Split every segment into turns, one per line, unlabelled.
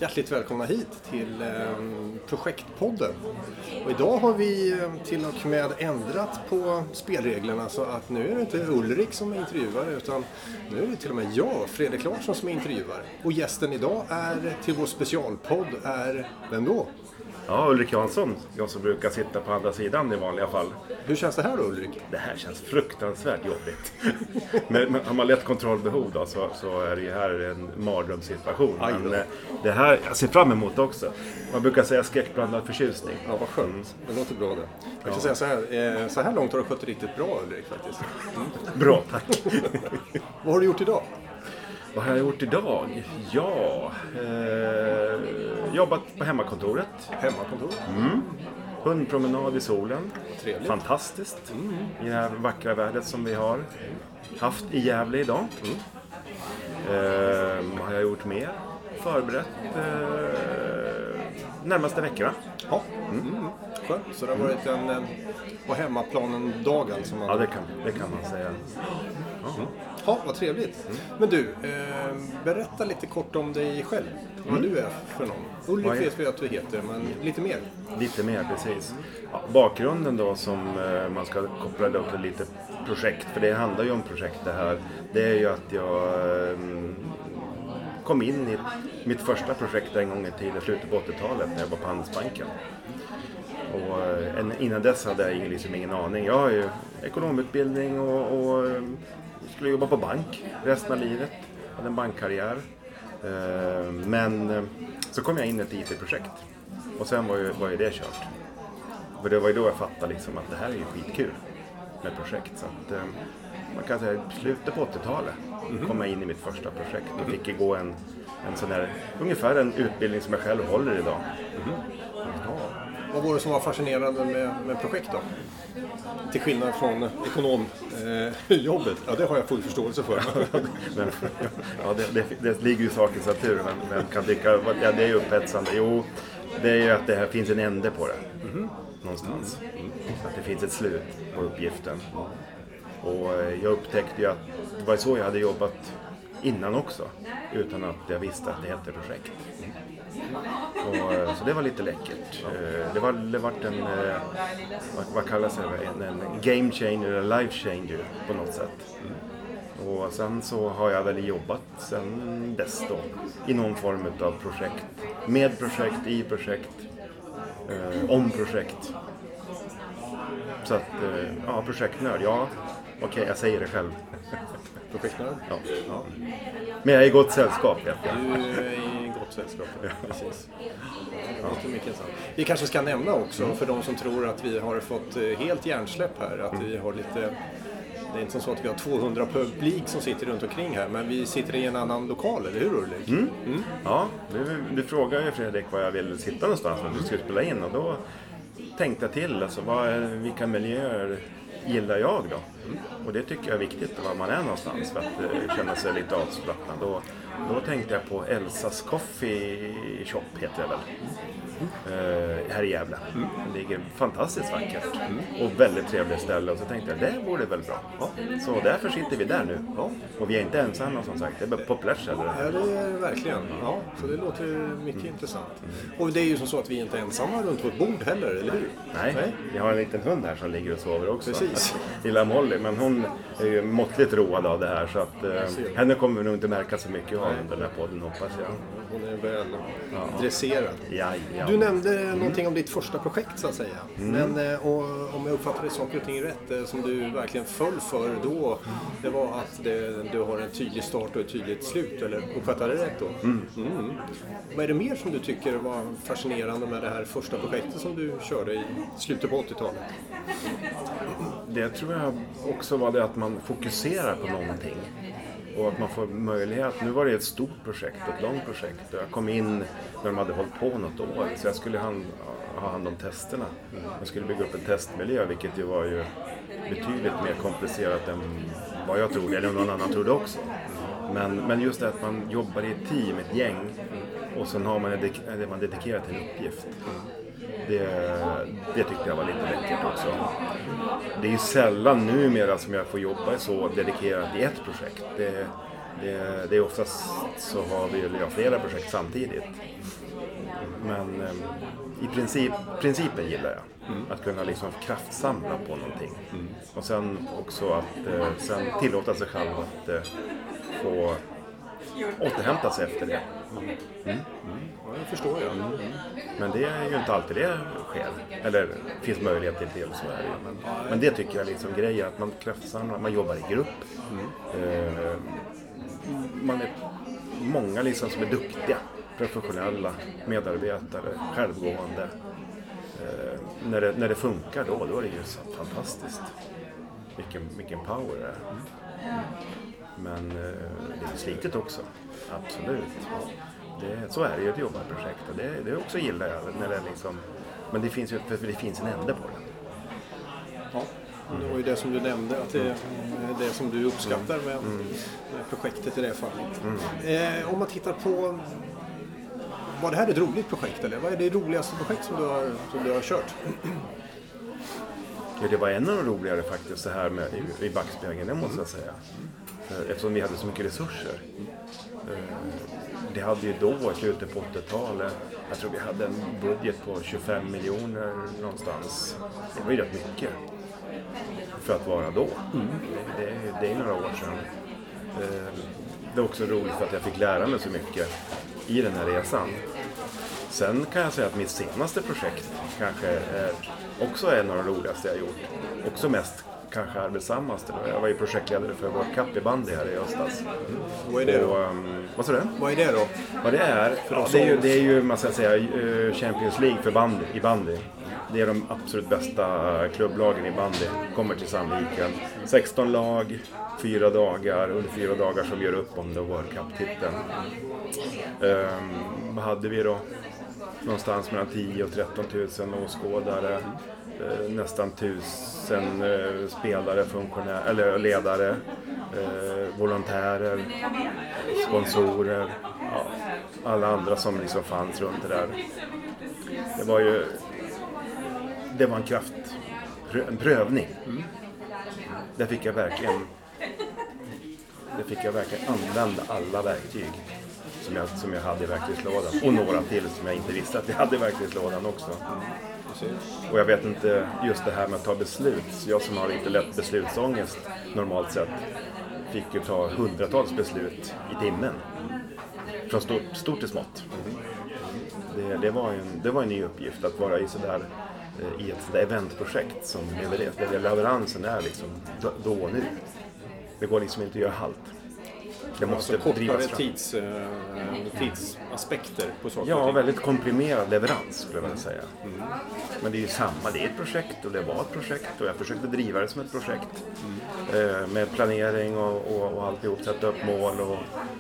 Hjärtligt välkomna hit till Projektpodden. Och idag har vi till och med ändrat på spelreglerna så att nu är det inte Ulrik som är intervjuare utan nu är det till och med jag, Fredrik Larsson, som är intervjuare. Och gästen idag till vår specialpodd är, vem då?
Ja, Ulrik Jansson. Jag som brukar sitta på andra sidan i vanliga fall.
Hur känns det här då, Ulrik?
Det här känns fruktansvärt jobbigt. Men har man lätt kontrollbehov då, så är det ju här en mardrömssituation. Men det här jag ser fram emot också. Man brukar säga skräckblandad förtjusning.
Ja, vad skönt. Det låter bra det. Jag kan säga så här långt har du skött riktigt bra, Ulrik, faktiskt.
Bra, tack.
Vad har du gjort idag?
Vad har jag gjort idag? Ja, jobbat på hemmakontoret.
Hemmakontoret?
Hundpromenad i solen.
Trevligt.
Fantastiskt. I det här vackra vädret som vi har haft i Gävle idag. Vad har jag gjort mer? Förberett närmaste veckorna.
Ja, skönt. Så det har varit en på hemmaplanen-dag alltså?
Ja, det kan man säga.
Ja, vad trevligt. Men du, berätta lite kort om dig själv. Vad du är för någon. Ulrik vet vi att du heter, men lite mer.
Lite mer, precis. Ja, bakgrunden då som man ska koppla upp till lite projekt, för det handlar ju om projekt det här. Det är ju att jag kom in i mitt första projekt en gång i tiden, slutet på 80-talet, när jag var på Handelsbanken. Och innan dess hade jag liksom ingen aning. Jag har ju ekonomutbildning och skulle jobba på bank resten av livet. Jag hade en bankkarriär. Men så kom jag in i ett IT-projekt. Och sen var ju det kört. För det var ju då jag fattade liksom att det här är ju skitkul med projekt. Så att, man kan säga slutet på 80-talet kom jag in i mitt första projekt. Och fick gå en sån här, ungefär en utbildning som jag själv håller idag.
Ja. Vad var det som var fascinerande med projekt då? Till skillnad från ekonomjobbet. Ja, det har jag full förståelse för.
Men, ja, det ligger ju i sakens natur. Men kan tycka att det är upphetsande. Jo, det är ju att det här finns en ände på det. Någonstans. Att det finns ett slut på uppgiften. Och jag upptäckte ju att det var så jag hade jobbat innan också. Utan att jag visste att det hette projekt. Så det var lite läckert. Det var en vad kallas det? En game changer eller life changer på något sätt. Och sen så har jag väl jobbat sen dess då i någon form av projekt. Med projekt, i projekt, om projekt. Så att, ja, projektnörd, ja. Okej, jag säger det själv.
Projektnörd?
Ja. Men jag är i gott sällskap.
Du är i gott sällskap, precis. Ja. Mycket sant. Vi kanske ska nämna också för de som tror att vi har fått helt hjärnsläpp här. Att vi har lite, det är inte så att vi har 200 publik som sitter runt omkring här. Men vi sitter i en annan lokal, eller hur Ulrik?
Ja, du frågade ju Fredrik var jag ville sitta någonstans när du skulle spela in. Och då tänkte jag till, alltså, vilka miljöer gillar jag då? Och det tycker jag är viktigt var man är någonstans för att känna sig lite avslappnad. Då tänkte jag på Elsas Coffee Shop heter det väl. Här i Gävle. Det ligger fantastiskt vackert och väldigt trevligt ställe. Och så tänkte jag, det vore väl bra. Så därför sitter vi där nu. Och vi är inte ensamma som sagt, det är bara populärt ställe.
Ja, det är det verkligen. Ja, så det låter mycket intressant. Och det är ju som så att vi inte är ensamma runt vårt bord heller, eller hur?
Nej, vi har en liten hund här som ligger och sover också.
Precis.
Lilla Molly, men hon är ju måttligt road av det här så att henne kommer vi nog inte märka så mycket av under den här podden, hoppas jag.
Hon är väl dresserad.
Ja.
Du nämnde någonting om ditt första projekt så att säga. Men och om jag uppfattade saker och ting rätt som du verkligen föll för då, det var att du har en tydlig start och ett tydligt slut, eller uppfattade det rätt då? Vad är det mer som du tycker var fascinerande med det här första projektet som du körde i slutet på 80-talet?
Det tror jag också var det att man fokuserar på någonting. Och att man får möjlighet. Nu var det ett stort projekt, ett långt projekt. Jag kom in när de hade hållit på något år. Så jag skulle ha hand om testerna. Jag skulle bygga upp en testmiljö, vilket ju var ju betydligt mer komplicerat än vad jag trodde. Eller någon annan trodde också. Men just det att man jobbar i ett team, ett gäng. Och sen har man dedikerat till en uppgift. Det tyckte jag var lite läckert också. Det är ju sällan numera som jag får jobba så dedikerat i ett projekt. Det är oftast så har vi flera projekt samtidigt. Men i principen gillar jag. Att kunna liksom kraftsamla på någonting. Och sen också att sen tillåta sig själv att få återhämta sig efter det.
Ja, det förstår jag.
Men det är ju inte alltid det sker. Eller finns möjlighet till det, så är det ju. Men det tycker jag liksom grejer, att man kraftsamlar, man jobbar i grupp. Man är många liksom som är duktiga, professionella medarbetare, självgående. När det funkar då är det ju så fantastiskt. Vilken power det är. Men det är slitigt också, absolut. Så är det ju ett jobbarprojekt, och det också gillar jag när det liksom, men det finns en ände på det.
Ja, det var ju det som du nämnde, att det är det som du uppskattar med projektet i det fallet. Om man tittar på, var det här ett roligt projekt, eller vad är det roligaste projekt som du har kört?
Ja, det var ännu roligare faktiskt så här med i backspegeln, det måste jag säga. Eftersom vi hade så mycket resurser. Det hade ju då i slutet på 80-talet, jag tror vi hade en budget på 25 miljoner någonstans. Det var ju rätt mycket för att vara då. Det är några år sedan. Det är också roligt för att jag fick lära mig så mycket i den här resan. Sen kan jag säga att mitt senaste projekt kanske också är några roligaste jag gjort. Också mest kanske arbetsammaste. Jag var ju projektledare för World Cup i bandy här i höstas.
Vad är det då?
Vad sa du?
Vad är det då?
Vad det är? Ja, det är ju man ska säga Champions League för i bandy. Det är de absolut bästa klubblagen i bandy. Kommer till Sandviken. 16 lag, 4 dagar, under 4 dagar som gör upp om World Cup-titeln. Vad hade vi då? Någonstans mellan 10 och 13 000 åskådare. Nästan 1000 spelare, funktionärer eller ledare, volontärer, sponsorer, alla andra som liksom fanns runt det där. Det var en prövning. Där fick jag verkligen använda alla verktyg som jag hade i verktygslådan, och några till som jag inte visste att jag hade i verktygslådan också. Och jag vet inte, just det här med att ta beslut. Jag som har lite lätt beslutsångest normalt sett fick ju ta hundratals beslut i timmen. Från stort till smått. Det var en ny uppgift att vara i i ett sådär eventprojekt som där leveransen är liksom då och nu. Det går liksom inte att göra halt. Det måste drivas fram.
Tidsaspekter på saker.
Ja, väldigt komprimerad leverans skulle jag vilja säga. Men det är ju samma, det är ett projekt och det var ett projekt och jag försökte driva det som ett projekt. Med planering och alltihop, sätta upp mål och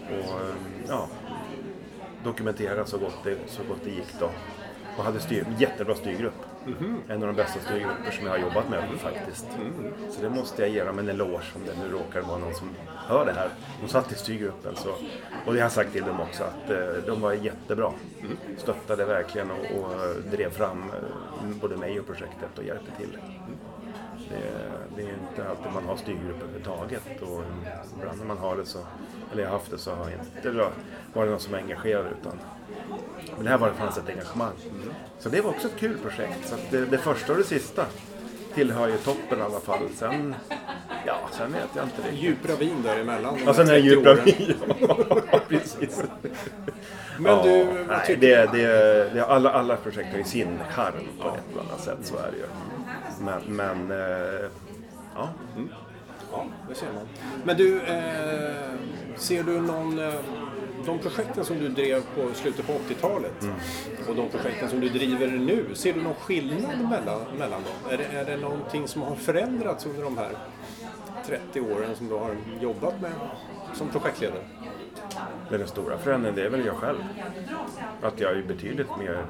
dokumentera så gott det gick då. Och hade jättebra styrgrupp. En av de bästa styrgrupper som jag har jobbat med faktiskt. Så det måste jag ge dem en eloge om det nu råkar vara någon som hör det här. De satt i styrgruppen så. Och det har jag sagt till dem också att de var jättebra. Stöttade verkligen och drev fram både mig och projektet och hjälpte till. Det är inte alltid man har styrgrupp överhuvudtaget, och ibland när man har det så, eller jag har haft det, så har jag inte varit någon som är engagerad, utan men det här fanns ett engagemang. Så det var också ett kul projekt, så att det första och det sista tillhör ju toppen i alla fall. Sen vet jag inte det.
Djup ravin däremellan.
Ja, sen är det djup ravin. Ja, precis.
Men du,
nej, alla projekt har ju sin charm på ett eller annat sätt, så är det ju. Men ja.
Ja, det ser man. Men du, ser du de projekten som du drev på slutet på 80-talet och de projekten som du driver nu, ser du någon skillnad mellan dem? Är det någonting som har förändrats under de här 30 åren som du har jobbat med som projektledare?
Den stora förändringen, det är väl jag själv. Att jag är betydligt mer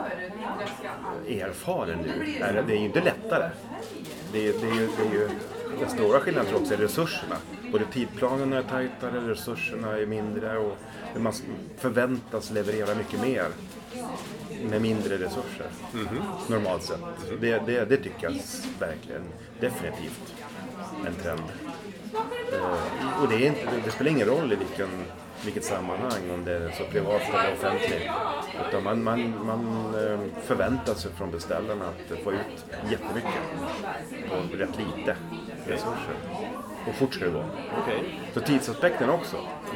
erfaren nu. Det är ju inte lättare. Det är ju den stora skillnaden, tror jag också, är resurserna. Både tidplanerna är tajtare, resurserna är mindre och man förväntas leverera mycket mer med mindre resurser. Normalt sett. Det tycker jag verkligen definitivt en trend. och det spelar ingen roll i vilket sammanhang, om det är så privat eller offentligt. Utan man förväntar sig från beställarna att få ut jättemycket på rätt lite resurser. Och fort ska det gå.
Okay.
Så tidsaspekten också.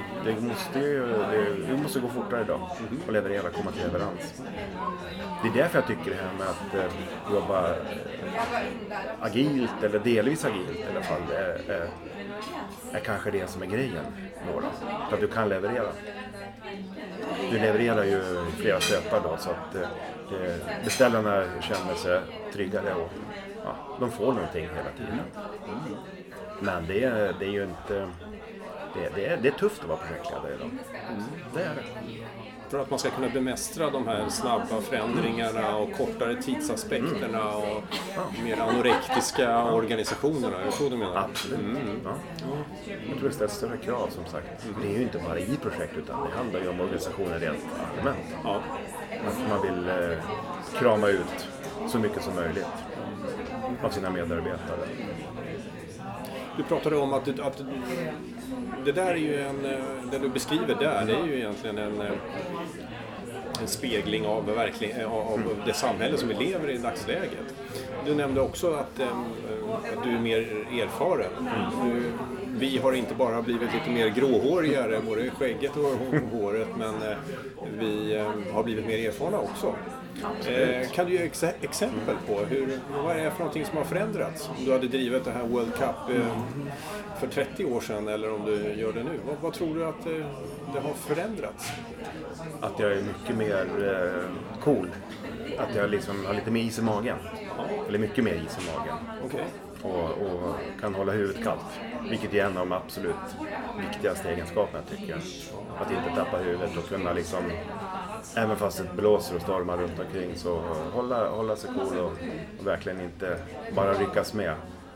Det måste gå fortare idag och leverera, komma till leverans. Det är därför jag tycker det här med att jobba agilt eller delvis agilt i alla fall är kanske det som är grejen. För att du kan leverera. Du levererar ju flera stöpar då, så att beställarna känner sig tryggare och de får någonting hela tiden. Men det är ju inte... Det är tufft att vara projektledare idag. Det är det.
För att man ska kunna bemästra de här snabba förändringarna och kortare tidsaspekterna och mer anorektiska organisationerna. Är det så du menar?
Absolut. Ja. Jag tror det ställs större krav, som sagt. Det är ju inte bara i projekt, utan det handlar ju om organisationer rent allmänt. Ja. Att man vill krama ut så mycket som möjligt av sina medarbetare.
Du pratade om att det där är ju det du beskriver där, det är ju egentligen en spegling av det samhälle som vi lever i dagsläget. Du nämnde också att du är mer erfaren. Vi har inte bara blivit lite mer gråhårigare, både i skägget och håret, men vi har blivit mer erfarna också. Kan du ge exempel på vad är det för någonting som har förändrats? Om du hade drivit det här World Cup för 30 år sedan eller om du gör det nu. Vad tror du att det har förändrats?
Att jag är mycket mer cool. Att jag liksom har lite mer is i magen. Eller mycket mer is i magen.
Okay.
Och kan hålla huvudet kallt. Vilket är en av de absolut viktigaste egenskaperna, tycker jag. Att inte tappa huvudet och kunna liksom, även fast det blåser och stormar runt omkring, så hålla sig cool och verkligen inte bara ryckas med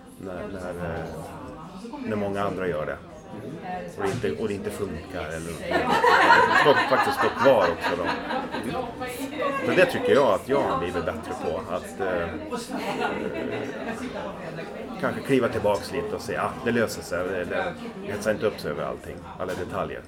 när många andra gör det. Och det inte funkar eller faktiskt stå kvar också då. Så det tycker jag att jag har blivit bättre på, att kanske kliva tillbaks lite och säga det löser sig, eller hetsa inte upp sig över allting, alla detaljer.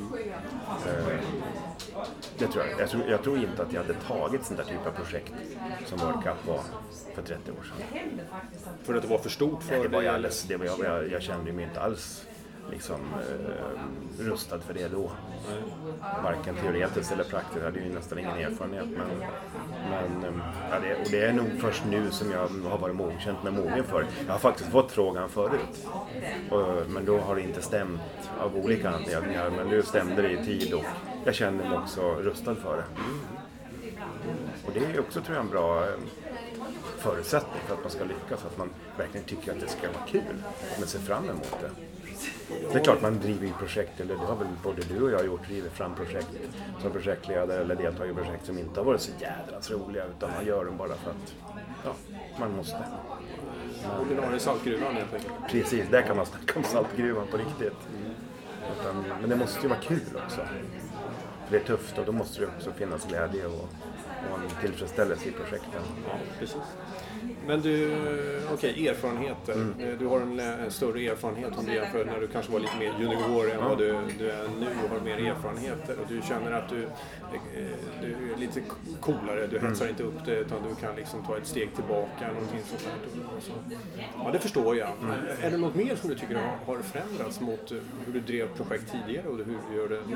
Det tror jag tror inte att jag hade tagit sån där typ av projekt som World Cup var för 30 år sedan.
För att det var för stort för
dig? Jag kände mig inte alls liksom rustad för det då. Varken teoretiskt eller praktiskt. Jag hade ju nästan ingen erfarenhet. Men det är nog först nu som jag har varit känt mig mogen för. Jag har faktiskt fått frågan förut. Men då har det inte stämt av olika anledningar. Men nu stämde det i tid och jag kände mig också rustad för det. Och det är också, tror jag, en bra förutsättning för att man ska lyckas. Att man verkligen tycker att det ska vara kul. Men ser fram emot det. Det är klart man driver i projekt, eller det har väl både du och jag gjort, drivit fram projekt som projektledare eller deltagare i projekt som inte har varit så jädra roliga, utan man gör dem bara för att man måste.
Ordinarie saltgruvan helt enkelt.
Precis, där kan man snacka om saltgruvan på riktigt. Men det måste ju vara kul också. För det är tufft och då måste det också finnas glädje och en tillfredsställelse i projekten.
Ja, precis. Men du, erfarenheter. Du har en större erfarenhet om du jämför när du kanske var lite mer junior än vad du är nu och har mer erfarenheter. Och du känner att du är lite coolare, du hetsar inte upp det utan du kan liksom ta ett steg tillbaka. Någonting sånt där. Ja, det förstår jag. Är det något mer som du tycker har förändrats mot hur du drev projekt tidigare och hur du gör det nu?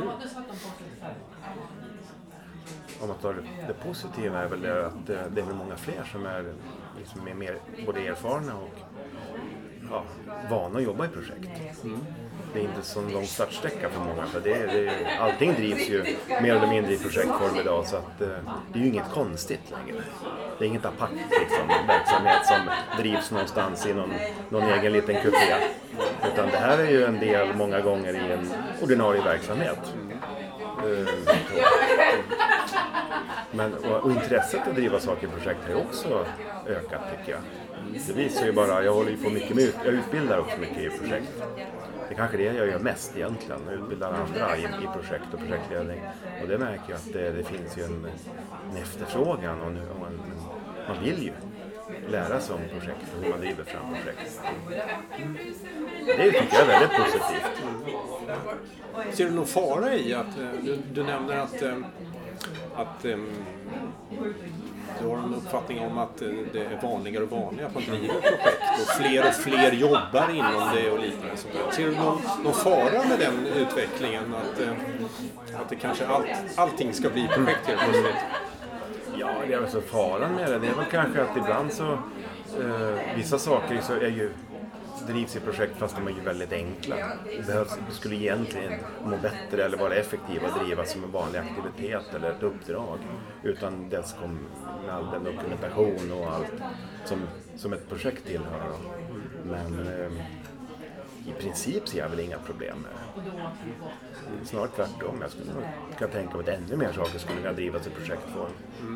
Om man tar det positiva är väl det att det är väl många fler som är mer både erfarna och vana att jobba i projekt. Det är inte så lång startsträcka för många, för allting drivs ju mer eller mindre i projektform idag, så att det är ju inget konstigt längre. Det är inget apart verksamhet som drivs någonstans i någon egen liten kupé. Utan det här är ju en del många gånger i en ordinarie verksamhet. Och intresset att driva saker i projekt har ju också ökat, tycker jag. Det visar ju bara, jag håller ju på mycket med, jag utbildar också mycket i projekt. Det är kanske det jag gör mest egentligen, jag utbildar andra i projekt och projektledning. Och det märker jag att det finns ju en efterfrågan och man vill ju lära sig om projekt och hur man driver fram projekt. Det tycker jag är väldigt positivt.
Ser du någon fara i att du nämner att du har en uppfattning om att det är vanligare och vanligare att man driver projekt och fler jobbar inom det och liknande. Ser du någon fara med den utvecklingen? Att det kanske allting ska bli projekt helt plötsligt?
Ja, det är väl så faran med det. Det är väl kanske att ibland så vissa saker så drivs i projekt fast de är ju väldigt enkla. Det skulle egentligen må bättre eller vara effektiva att driva som en vanlig aktivitet eller ett uppdrag. Utan det kom med all den dokumentation och allt som ett projekt tillhör. Men i princip ser jag väl inga problem med det. Snarare tvärtom. Jag skulle kunna tänka mig att ännu mer saker skulle kunna drivas i projektform.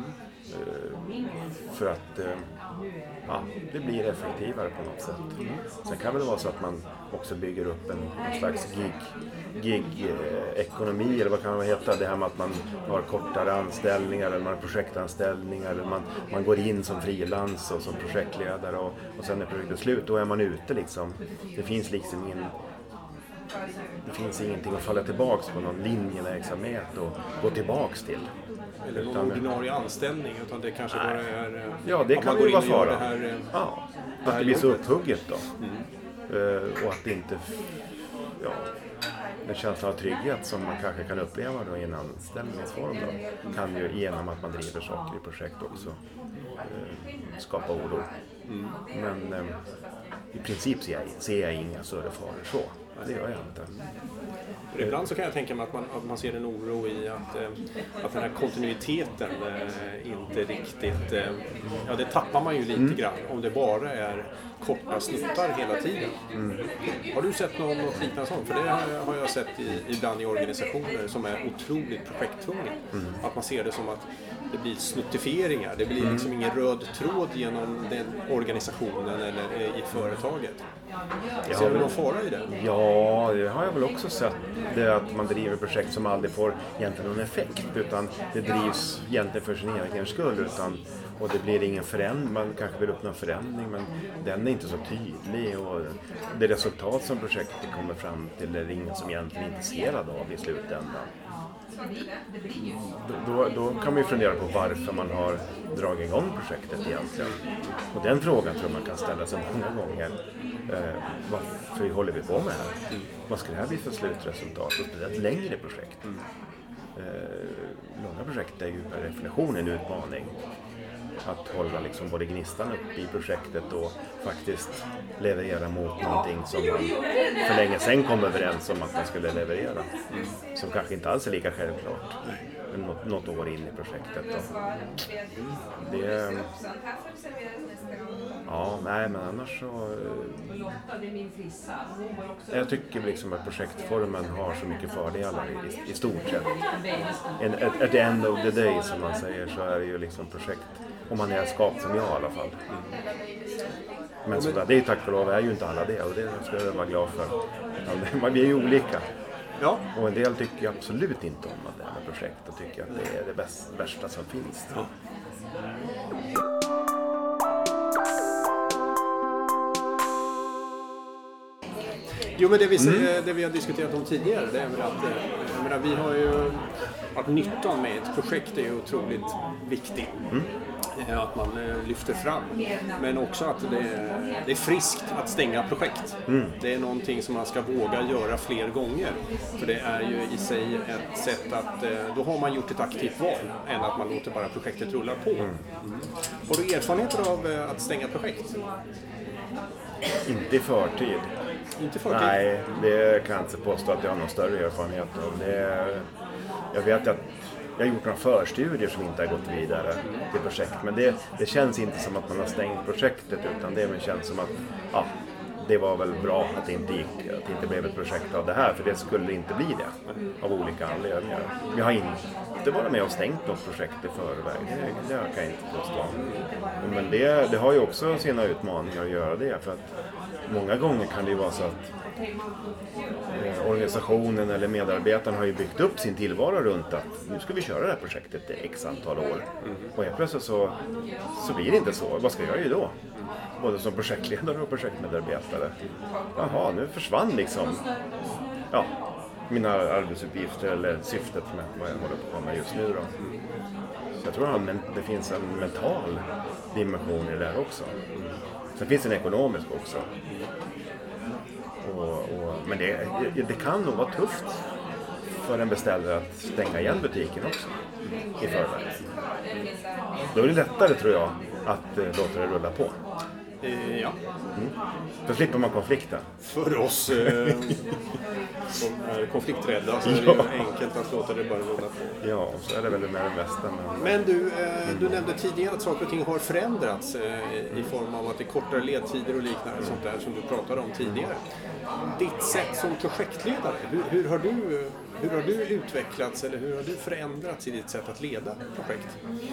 För att det blir effektivare på något sätt. Sen kan det väl vara så att man också bygger upp en slags gig-ekonomi eller vad kan man heta? Det här med att man har kortare anställningar eller man har projektanställningar eller man går in som frilans och som projektledare och sen när projektet är slut då är man ute liksom. Det finns ingenting att falla tillbaks på någon linjeverksamhet och gå tillbaks till.
Eller någon ordinarie anställning, utan det kanske bara är...
Ja, det kan ju vara fara. Att det blir så upphugget då. Och att det inte... Ja, den känslan av trygghet som man kanske kan uppleva då i en anställningsform då, kan ju genom att man driver saker i projekt också skapa oro. Men i princip ser jag inga större faror så. Det gör jag inte.
Ibland så kan jag tänka mig att man ser en oro i att den här kontinuiteten inte riktigt... Ja, det tappar man ju lite grann om det bara är korta snuttar hela tiden. Har du sett något liknande sånt? För det har jag sett ibland i organisationer som är otroligt projekttunga. Att man ser det som att det blir snuttifieringar. Det blir liksom ingen röd tråd genom den organisationen eller i företaget. Ser du någon fara i det?
Ja, det har jag väl också sett. Det att man driver projekt som aldrig får egentligen någon effekt. Utan det drivs egentligen för sin egen skull. Och det blir ingen förändring. Man kanske vill uppnå en förändring men den är inte så tydlig. Och det resultat som projektet kommer fram till är ingen som egentligen är intresserad av i slutändan. Då kan man ju fundera på varför man har dragit igång projektet egentligen. Och den frågan tror jag man kan ställa sig många gånger. Varför håller vi på med det här? Vad ska det här bli för slutresultat? Och det är ett längre projekt. Långa projekt är ju per definition en utmaning. Att hålla liksom både gnistan upp i projektet och faktiskt leverera mot någonting som man för länge sedan kom överens om att man skulle leverera. Som kanske inte alls är lika självklart. Något år in i projektet. Det... Ja, nej men annars så... Jag tycker liksom att projektformen har så mycket fördelar i stort sett. At the end of the day som man säger så är det ju liksom projekt. Om man är skapt som jag i alla fall. Men sådär, det är tack och lov är ju inte alla det och det ska jag vara glad för. Vi är ju olika. Ja. Och en del tycker jag absolut inte om att det här med projekt och tycker att det är det värsta som finns. Ja.
Jo, men det vi har diskuterat om tidigare, det är väl att vi har ju att nyttan med ett projekt är ju otroligt viktig. Att man lyfter fram. Men också att det är friskt att stänga projekt. Det är någonting som man ska våga göra fler gånger. För det är ju i sig ett sätt att då har man gjort ett aktivt val än att man låter bara projektet rulla på. Har du erfarenheter av att stänga projekt?
Inte i förtid.
Inte förtid?
Nej, det kan jag inte påstå att jag har någon större erfarenhet av. Jag vet att jag har gjort några förstudier som inte har gått vidare till projekt. Men det känns inte som att man har stängt projektet utan det känns som att det var väl bra att det inte gick, att det inte blev ett projekt av det här. För det skulle inte bli det av olika anledningar. Jag har inte varit med och stängt något projekt i förväg. Det kan jag inte påstå. Men det har ju också sina utmaningar att göra det. För att många gånger kan det ju vara så att organisationen eller medarbetaren har ju byggt upp sin tillvaro runt att nu ska vi köra det här projektet i x antal år. Och helt plötsligt så blir det inte så. Vad ska jag göra då? Både som projektledare och projektmedarbetare. Jaha, nu försvann liksom mina arbetsuppgifter eller syftet med vad jag håller på med just nu då. Så jag tror att det finns en mental dimension i det där också. Sen finns det en ekonomisk också. Men det kan nog vara tufft för en beställare att stänga igen butiken också i förväg. Då är det lättare, tror jag, att låta det rulla på.
Ja.
Då slipper man konflikten.
För oss som är konflikträdda så är det ju enkelt att låta det bara rulla på.
Ja, så är det väl med det mesta.
Men du nämnde tidigare att saker och ting har förändrats i form av att det är kortare ledtider och liknande sånt där som du pratade om tidigare. Ditt sätt som projektledare, hur har du utvecklats eller hur har du förändrats i ditt sätt att leda projekt?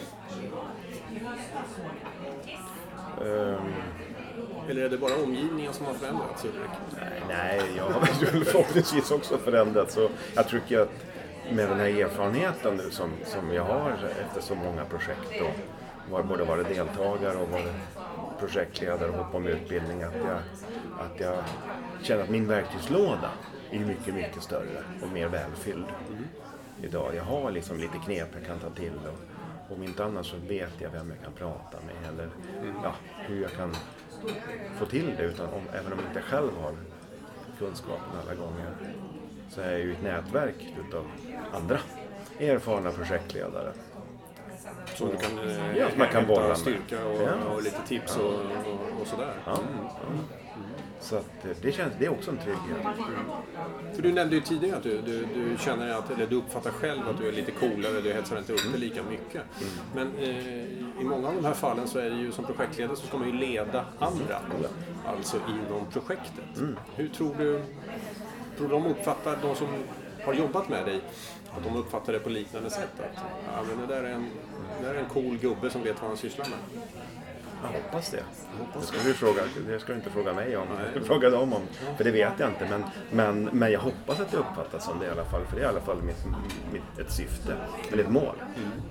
Eller är det bara omgivningen som har förändrats, Ulrik?
Nej, jag har förhoppningsvis också förändrats. Så jag tycker att med den här erfarenheten nu som jag har efter så många projekt och både varit deltagare och varit projektledare och hållit på med utbildning, att jag känner att min verktygslåda är mycket, mycket större och mer välfylld idag. Jag har liksom lite knep jag kan ta till och om inte annars så vet jag vem jag kan prata med eller hur jag kan få till det även om jag inte själv har kunskapen alla gånger, så är jag ju ett nätverk utav andra erfarna projektledare.
Så du kan
man kan bolla med
styrka och lite tips och sådär.
Så att det är också en trygghet.
För du nämnde ju tidigare att du känner eller du uppfattar själv att du är lite coolare, du hetsar inte upp det lika mycket. Men i många av de här fallen så är det ju som projektledare så ska man ju leda andra, alltså inom projektet. Hur tror du de uppfattar, de som har jobbat med dig, att de uppfattar det på liknande sätt? Att men det där är en cool gubbe som vet vad han sysslar med.
Jag hoppas det. Det ska du inte fråga mig om. Jag ska fråga dem om. För det vet jag inte. Men jag hoppas att det uppfattas som det i alla fall. För det är i alla fall ett syfte. Eller ett mål.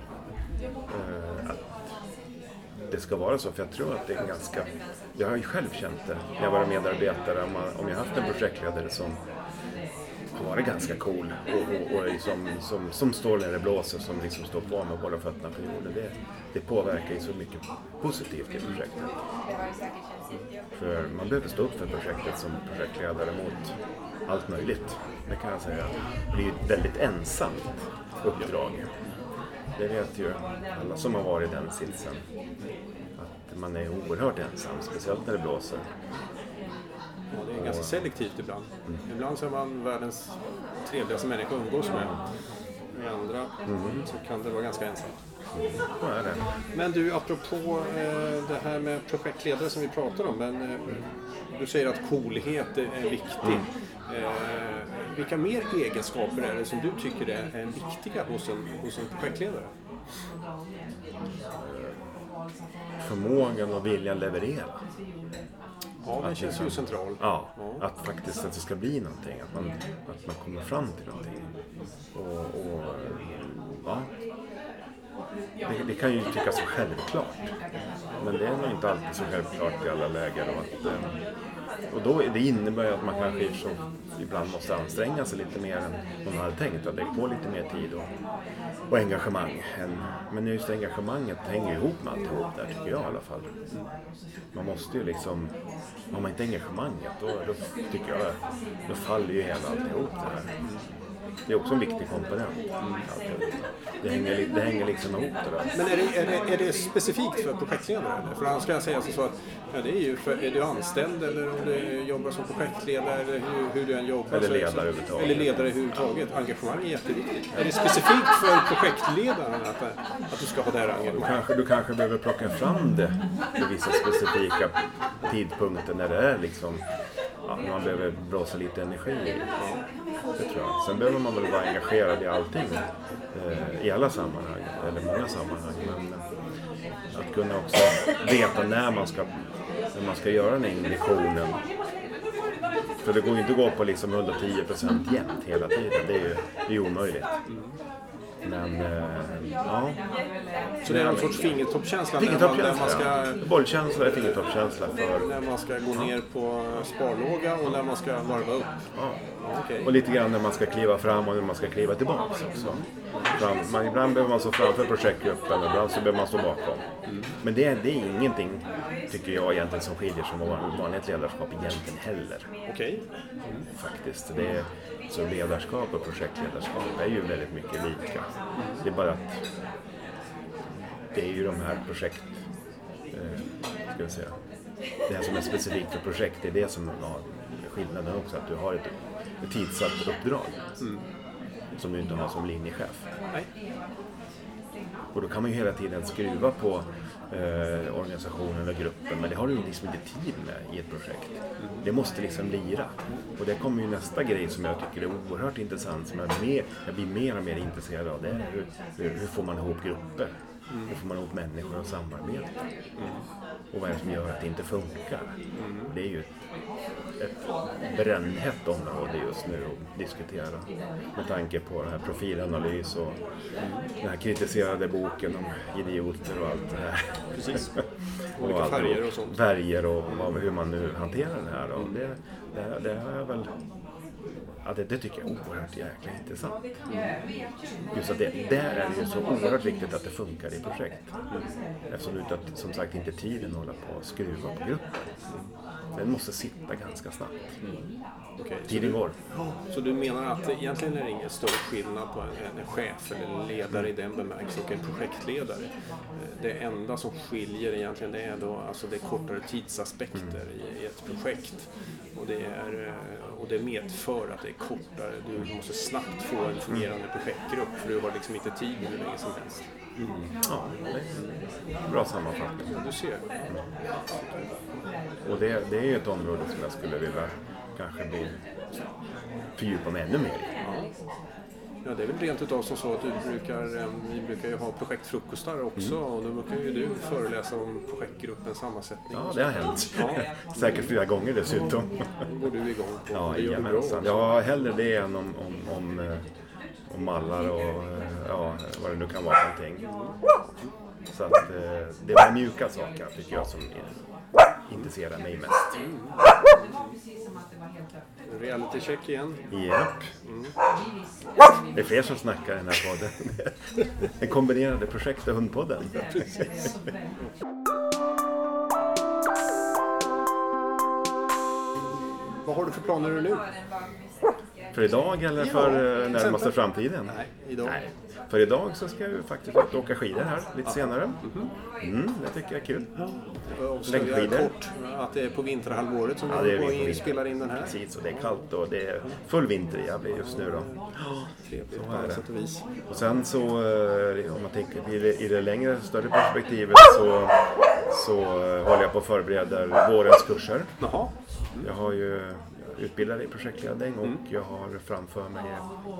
Att det ska vara så. För jag tror att det är ganska... Jag har ju själv känt det när jag var medarbetare. Om jag haft en projektledare som har varit ganska cool och som står när det blåser, som liksom står på med båda fötterna på jorden. Det påverkar ju så mycket positivt i projektet. För man behöver stå upp för projektet som projektledare mot allt möjligt. Det kan jag säga. Det är ju ett väldigt ensamt uppdrag. Det vet ju alla som har varit i den sitsen. Att man är oerhört ensam, speciellt när det blåser.
Ja, det är ganska selektivt ibland. Ibland så är man världens trevligaste människa att umgås med. I andra så kan det vara ganska ensamt.
Ja, är det.
Men du, apropå det här med projektledare som vi pratar om. Men du säger att coolhet är viktig. Vilka mer egenskaper är det som du tycker är viktiga hos en projektledare?
Förmågan och viljan leverera.
Ja, det känns ju central.
Ja, att faktiskt att det ska bli någonting. Att man kommer fram till någonting. Det kan ju tyckas så självklart. Men det är nog inte alltid så självklart i alla lägen. Och då, det innebär att man kanske ibland måste anstränga sig lite mer än man hade tänkt. Att lägga på lite mer tid och engagemang. Men just engagemanget hänger ihop med alltihop där, tycker jag i alla fall. Man måste ju liksom, har man inte engagemanget då tycker jag då faller ju hela alltihop det här. Det är också en viktig komponent. Det hänger liksom ihop det där.
Men är det specifikt för projektledare? För annars ska jag säga så att det är ju är du anställd eller om du jobbar som projektledare eller hur du än jobbar.
Eller ledare överhuvudtaget.
Eller ledare överhuvudtaget. Engagemang är jätteviktigt. Är det specifikt för projektledaren att du ska ha det här engagemanget?
Du kanske behöver plocka fram det vid vissa specifika tidpunkter när det är liksom man behöver blåsa lite energi i. Det tror jag. Sen behöver man väl vara engagerad i allting. I alla sammanhang. Eller många sammanhang. Men att kunna också veta när man ska göra den injektionen. För det går ju inte att gå på liksom 110% jämt hela tiden. Det är ju omöjligt. Men ja.
Så det är en sorts fingertoppkänsla
Fingertoppkänsla,
när man ska...
Bollkänsla är fingertoppkänsla för...
När man ska gå ner på sparlåga och när man ska varva upp.
Ja.
Okay.
Och lite grann när man ska kliva fram och när man ska kliva tillbaka också. Ibland behöver man stå framför projektgruppen, ibland så behöver man stå bakom. Men det är ingenting, tycker jag egentligen, som skiljer som vanligt ledarskap egentligen heller.
Okej.
Faktiskt. Det är, så ledarskap och projektledarskap är ju väldigt mycket lika. Det är bara att det är ju de här projekt... ska vi säga. Det här som är specifikt för projekt, det är det som har skillnaden också. Att du har ett tidsatt uppdrag som du inte har som linjechef.
Nej.
Och då kan man ju hela tiden skruva på organisationen och gruppen, men det har du ju liksom inte tid med i ett projekt. Det måste liksom lira. Och det kommer ju nästa grej som jag tycker är oerhört intressant, som jag blir mer och mer intresserad av. Det är hur får man ihop grupper? Hur får man ihop människor och samarbeta? Och vad är det som gör att det inte funkar? Det är ju ett brännhett område just nu att diskutera. Med tanke på den här profilanalys och den här kritiserade boken om idioter och allt det här.
Precis.
Och
olika färger och sånt.
Färger och hur man nu hanterar det här. Och det är väl... Ja, det tycker jag är oerhört jäkla intressant. Just att där är det ju så oerhört viktigt att det funkar i projekt. Eftersom du som sagt inte tiden håller på att skruva på gruppen. Den måste sitta ganska snabbt.
Okay,
tiden går.
Så du menar att egentligen är det ingen större skillnad på en chef eller en ledare i den bemärkelsen och en projektledare? Det enda som skiljer egentligen det är då alltså det kortare tidsaspekter i ett projekt. Och det medför att det är kortare. Du måste snabbt få en fungerande projektgrupp för du har liksom inte tid hur länge som helst.
Ja, det är en bra sammanfattning.
Du ser.
Och det är ju ett område som jag skulle vilja kanske fördjupa mig ännu mer i.
Ja, det är väl rent utav som så att vi brukar ju ha projektfrukostar också och då brukar ju du föreläsa om projektgruppens sammansättning.
Ja, det har hänt. Ja. Säkert flera gånger dessutom.
Det går du igång på.
Ja, jajamensan. Ja, hellre det än om mallar och vad det nu kan vara för någonting. Så att det är mjuka saker tycker jag som intresserar mig mest.
Reality check igen.
Japp. Det är fler som snackar i den här podden. Den kombinerade projekt- och hundpodden.
Precis. Vad har du för planer nu?
För idag eller för närmaste framtiden?
Nej, idag.
Nej. För idag så ska jag ju faktiskt åka skidor här lite senare. Det tycker jag är kul.
Längdskidor. Kort att det är på vinterhalvåret som vi spelar in den här.
Precis, och det är kallt och det är full vinter just nu då.
Trevligt på alla sätt och vis.
Och sen så, om man tänker i det längre, större perspektivet så håller jag på att förbereda vårens kurser.
Jaha.
Jag har ju utbildad i projektledning och jag har framför mig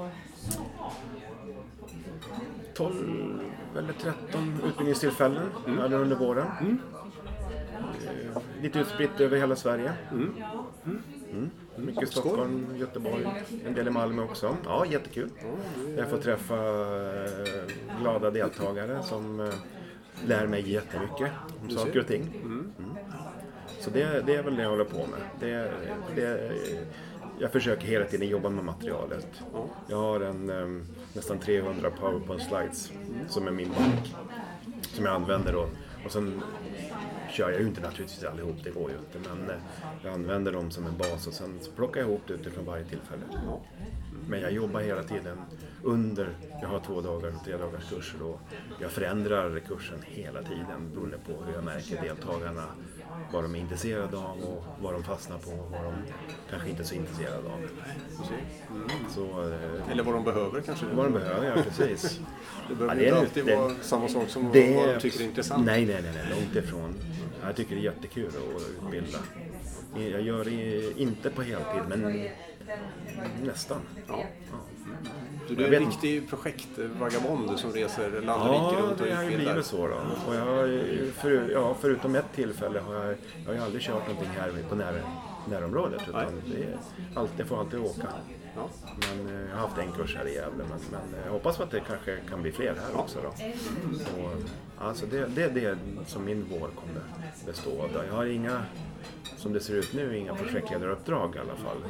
12 eller 13 utbildningstillfällen under våren. Lite utspritt över hela Sverige. Mycket Stockholm, Göteborg, en del i Malmö också. Ja, jättekul. Jag får träffa glada deltagare som lär mig jättemycket om saker och ting. Så det är väl det jag håller på med. Jag försöker hela tiden jobba med materialet. Jag har nästan 300 PowerPoint slides som är min bank. Som jag använder då. Och sen kör jag ju inte naturligtvis allihop, det går ju inte. Men jag använder dem som en bas och sen plockar jag ihop det utifrån varje tillfälle. Men jag jobbar hela tiden jag har 2 dagar och 3 dagars kurser och jag förändrar kursen hela tiden beroende på hur jag märker deltagarna, vad de är intresserade av och vad de fastnar på och vad de kanske inte är så intresserade av. Så,
eller vad de behöver kanske.
Vad de behöver, ja precis.
Det behöver inte alltid vara samma sak som vad de tycker är intressant.
Nej, långt ifrån. Jag tycker det är jättekul att utbilda. Jag gör det inte på heltid, men nästan.
Ja. Så du är en riktig projektvagabond som reser land och rike runt och utbildar? Ja, det har blivit
så då. Och förutom ett tillfälle har jag aldrig kört någonting här på närområdet. Utan jag får alltid åka.
Ja.
Men jag har haft en kurs här i Gävle, men jag hoppas att det kanske kan bli fler här också då. Och, alltså det är det som min vår kommer bestå av. Jag har inga, som det ser ut nu, inga projektledaruppdrag i alla fall.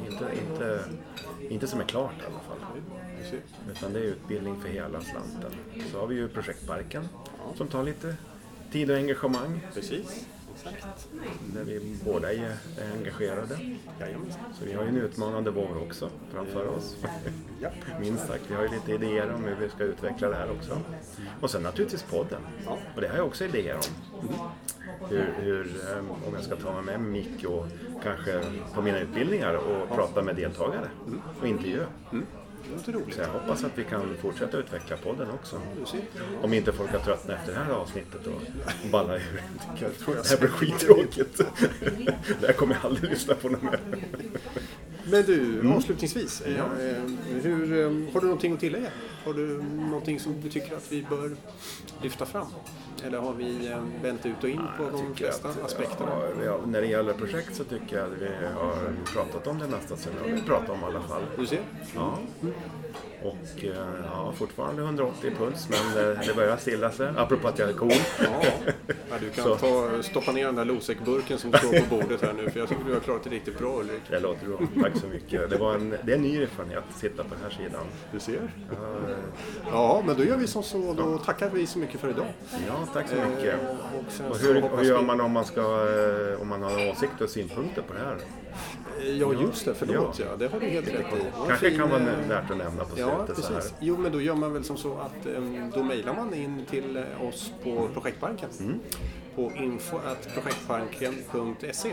Inte som är klart i alla fall. Utan det är utbildning för hela slanten. Så har vi ju projektparken som tar lite tid och engagemang.
Precis. Exakt.
Där vi båda är engagerade. Så vi har ju en utmanande vår också framför oss.
Ja.
Minst sagt, vi har ju lite idéer om hur vi ska utveckla det här också. Och sen naturligtvis podden.
Ja.
Och det har jag också idéer om. Hur om jag ska ta med mick och kanske på mina utbildningar och prata med deltagare och intervjua. Så jag hoppas att vi kan fortsätta utveckla podden också. Om inte folk har tröttnat efter det här avsnittet och ballar ur. Det här blir skittråkigt. Det här kommer jag aldrig lyssna på något mer.
Men du, avslutningsvis. Har du någonting att tillägga? Har du någonting som du tycker att vi bör lyfta fram? Eller har vi vänt ut och in på de flesta aspekterna?
Ja, när det gäller projekt så tycker jag att vi har pratat om det mesta som jag vill prata om i alla fall.
Du ser?
Ja. Och fortfarande 180 puls, men det börjar stilla sig. Apropå att jag är cool.
Ja, du kan stoppa ner den där Losec-burken som står på bordet här nu, för jag tycker du har klarat det riktigt bra, Ulrik.
Det låter bra. Tack så mycket. Det är en ny erfarenhet att sitta på den här sidan.
Du ser? Ja, men då gör vi som så. Då tackar vi så mycket för idag.
Ja, tack så mycket.
Och
hur gör man om man har åsikter och synpunkter på det här?
Ja, just det. Förlåt. Ja, det har du helt rätt i.
Kanske kan vara värt att nämna på slutet.
Ja, precis. Så här. Jo, men då gör man väl som så att då mejlar man in till oss på Projektbanken. På info@projektbanken.se.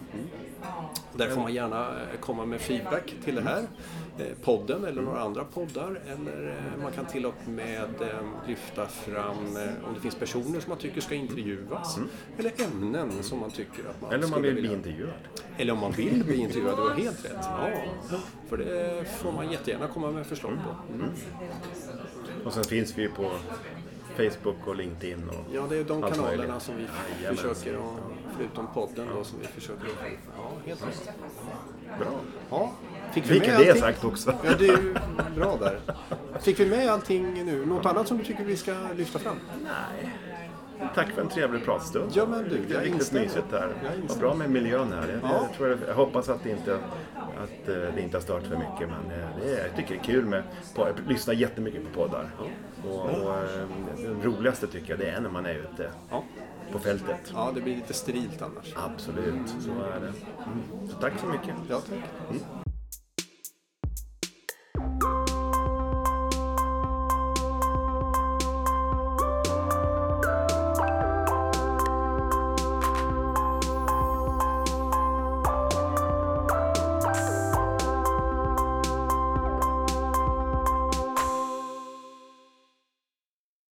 Där får man gärna komma med feedback till det här. Podden eller några andra poddar, eller man kan till och med lyfta fram om det finns personer som man tycker ska intervjuas eller ämnen som man tycker att man
eller om man vill bli
vilja
intervjuad.
eller om man vill bli intervjuad, du har helt rätt. Ja, för det får man jättegärna komma med förslag på.
Och sen finns vi på Facebook och LinkedIn och
ja, det är de kanalerna
möjligt.
som vi försöker, och förutom podden då, som vi försöker. Ja, helt rätt.
Bra.
Ja.
Fick det sagt också.
Ja, det är ju bra där. Fick vi med allting nu? Något annat som du tycker vi ska lyfta fram?
Nej. Tack för en trevlig pratstund.
Ja, men du,
det är riktigt mysigt där. Vad bra med miljön här. Jag hoppas att det inte har stört för mycket, men jag tycker det är kul med jag lyssnar jättemycket på poddar. Och det roligaste tycker jag det är när man är ute på fältet.
Ja, det blir lite sterilt annars.
Absolut, så är det. Så tack så mycket.
Ja, tack.